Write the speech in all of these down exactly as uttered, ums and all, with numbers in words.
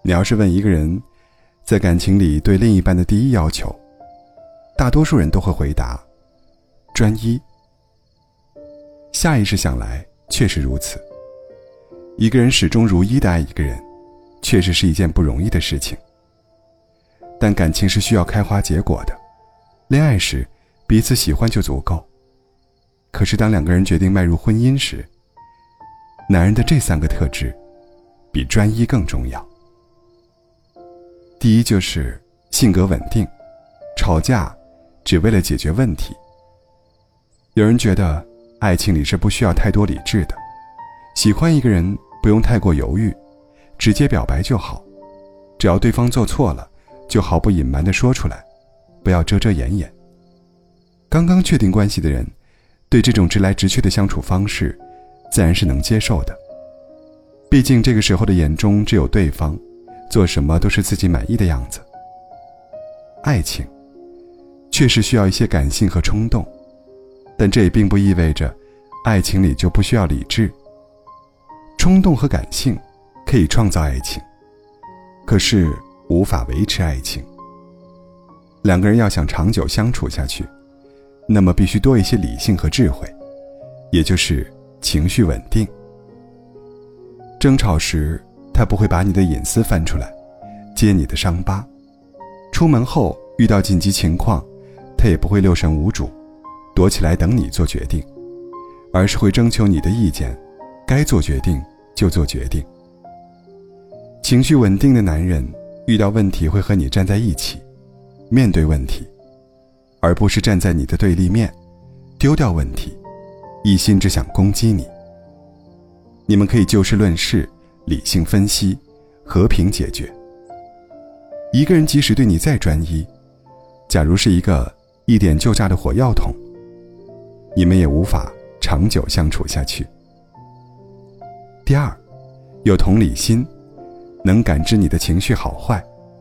你要是问一个人在感情里对另一半的第一要求，大多数人都会回答专一。下意识想来确实如此，一个人始终如一的爱一个人确实是一件不容易的事情。但感情是需要开花结果的，恋爱时彼此喜欢就足够。可是当两个人决定迈入婚姻时，男人的这三个特质比专一更重要。第一就是性格稳定，吵架只为了解决问题。有人觉得爱情里是不需要太多理智的，喜欢一个人不用太过犹豫，直接表白就好，只要对方做错了就毫不隐瞒地说出来，不要遮遮掩掩。刚刚确定关系的人对这种直来直去的相处方式自然是能接受的，毕竟这个时候的眼中只有对方，做什么都是自己满意的样子。爱情确实需要一些感性和冲动，但这也并不意味着爱情里就不需要理智。冲动和感性可以创造爱情，可是无法维持爱情。两个人要想长久相处下去，那么必须多一些理性和智慧，也就是情绪稳定。争吵时他不会把你的隐私翻出来，揭你的伤疤。出门后遇到紧急情况，他也不会六神无主，躲起来等你做决定，而是会征求你的意见，该做决定就做决定。情绪稳定的男人遇到问题会和你站在一起，面对问题，而不是站在你的对立面，丢掉问题，一心只想攻击你。你们可以就事论事，理性分析，和平解决。一个人即使对你再专一，假如是一个一点就炸的火药桶，你们也无法长久相处下去。第二，有同理心，能感知你的情绪好坏。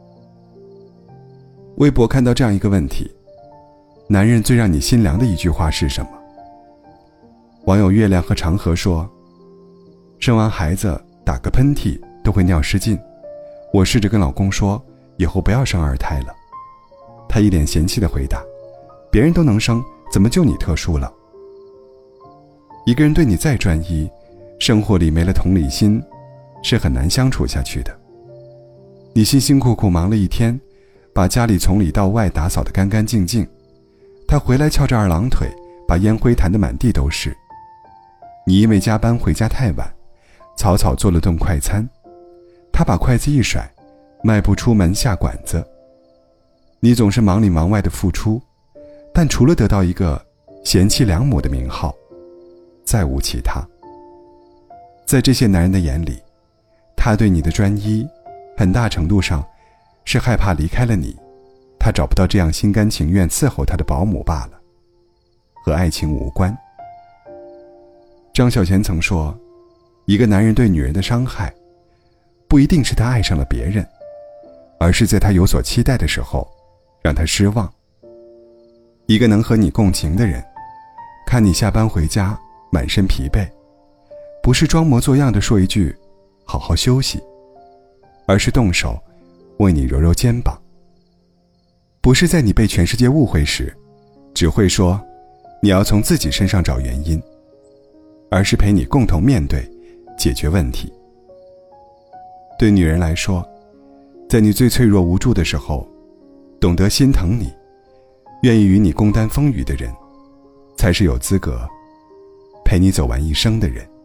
微博看到这样一个问题：男人最让你心凉的一句话是什么？网友月亮和长河说，生完孩子打个喷嚏都会尿失禁，我试着跟老公说以后不要生二胎了，他一脸嫌弃地回答，别人都能生，怎么就你特殊了？一个人对你再专一，生活里没了同理心，是很难相处下去的。你辛辛苦苦忙了一天，把家里从里到外打扫得干干净净，他回来翘着二郎腿，把烟灰弹得满地都是。你因为加班回家太晚，草草做了顿快餐，他把筷子一甩，迈步出门下馆子。你总是忙里忙外的付出，但除了得到一个贤妻良母的名号，再无其他。在这些男人的眼里，他对你的专一很大程度上是害怕离开了你，他找不到这样心甘情愿伺候他的保姆罢了，和爱情无关。张小娴曾说，一个男人对女人的伤害，不一定是他爱上了别人，而是在他有所期待的时候让他失望。一个能和你共情的人，看你下班回家满身疲惫，不是装模作样的说一句好好休息，而是动手为你揉揉肩膀。不是在你被全世界误会时只会说你要从自己身上找原因，而是陪你共同面对解决问题。对女人来说，在你最脆弱无助的时候，懂得心疼你，愿意与你共担风雨的人，才是有资格陪你走完一生的人。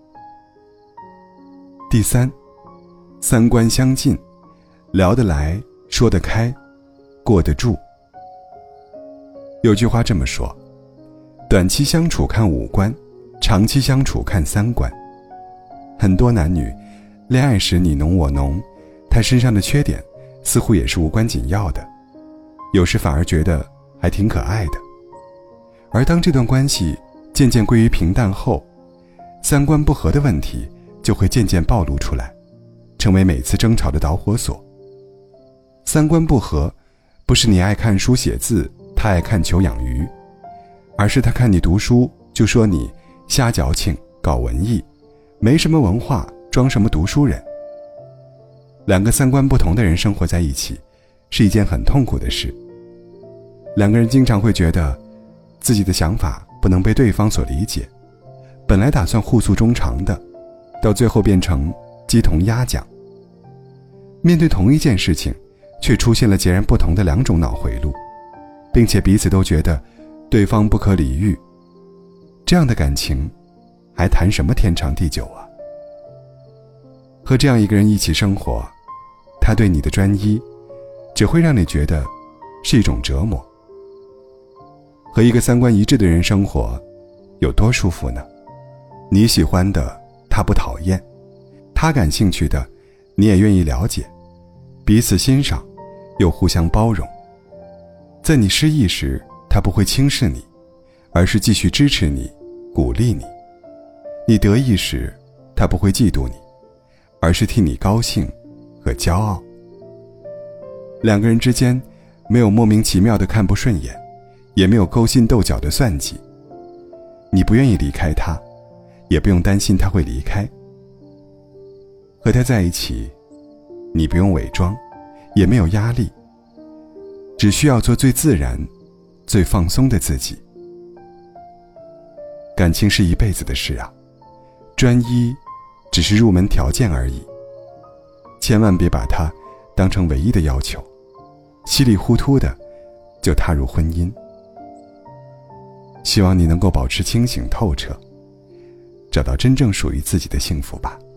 第三，三观相近，聊得来，说得开，过得住。有句话这么说，短期相处看五官，长期相处看三观。很多男女恋爱时你侬我侬，他身上的缺点似乎也是无关紧要的，有时反而觉得还挺可爱的。而当这段关系渐渐归于平淡后，三观不合的问题就会渐渐暴露出来，成为每次争吵的导火索。三观不合，不是你爱看书写字，他爱看球养鱼，而是他看你读书就说你瞎矫情搞文艺，没什么文化，装什么读书人。 两个三观不同的人生活在一起，是一件很痛苦的事。两个人经常会觉得自己的想法不能被对方所理解，本来打算互诉衷肠的，到最后变成鸡同鸭讲。面对同一件事情，却出现了截然不同的两种脑回路，并且彼此都觉得对方不可理喻。这样的感情还谈什么天长地久啊？和这样一个人一起生活，他对你的专一只会让你觉得是一种折磨。和一个三观一致的人生活有多舒服呢？你喜欢的他不讨厌，他感兴趣的你也愿意了解，彼此欣赏又互相包容。在你失意时，他不会轻视你，而是继续支持你，鼓励你。你得意时，他不会嫉妒你，而是替你高兴和骄傲。两个人之间没有莫名其妙的看不顺眼，也没有勾心斗角的算计。你不愿意离开他，也不用担心他会离开。和他在一起，你不用伪装，也没有压力，只需要做最自然、最放松的自己。感情是一辈子的事啊，专一只是入门条件而已，千万别把它当成唯一的要求，稀里糊涂的就踏入婚姻。希望你能够保持清醒透彻，找到真正属于自己的幸福吧。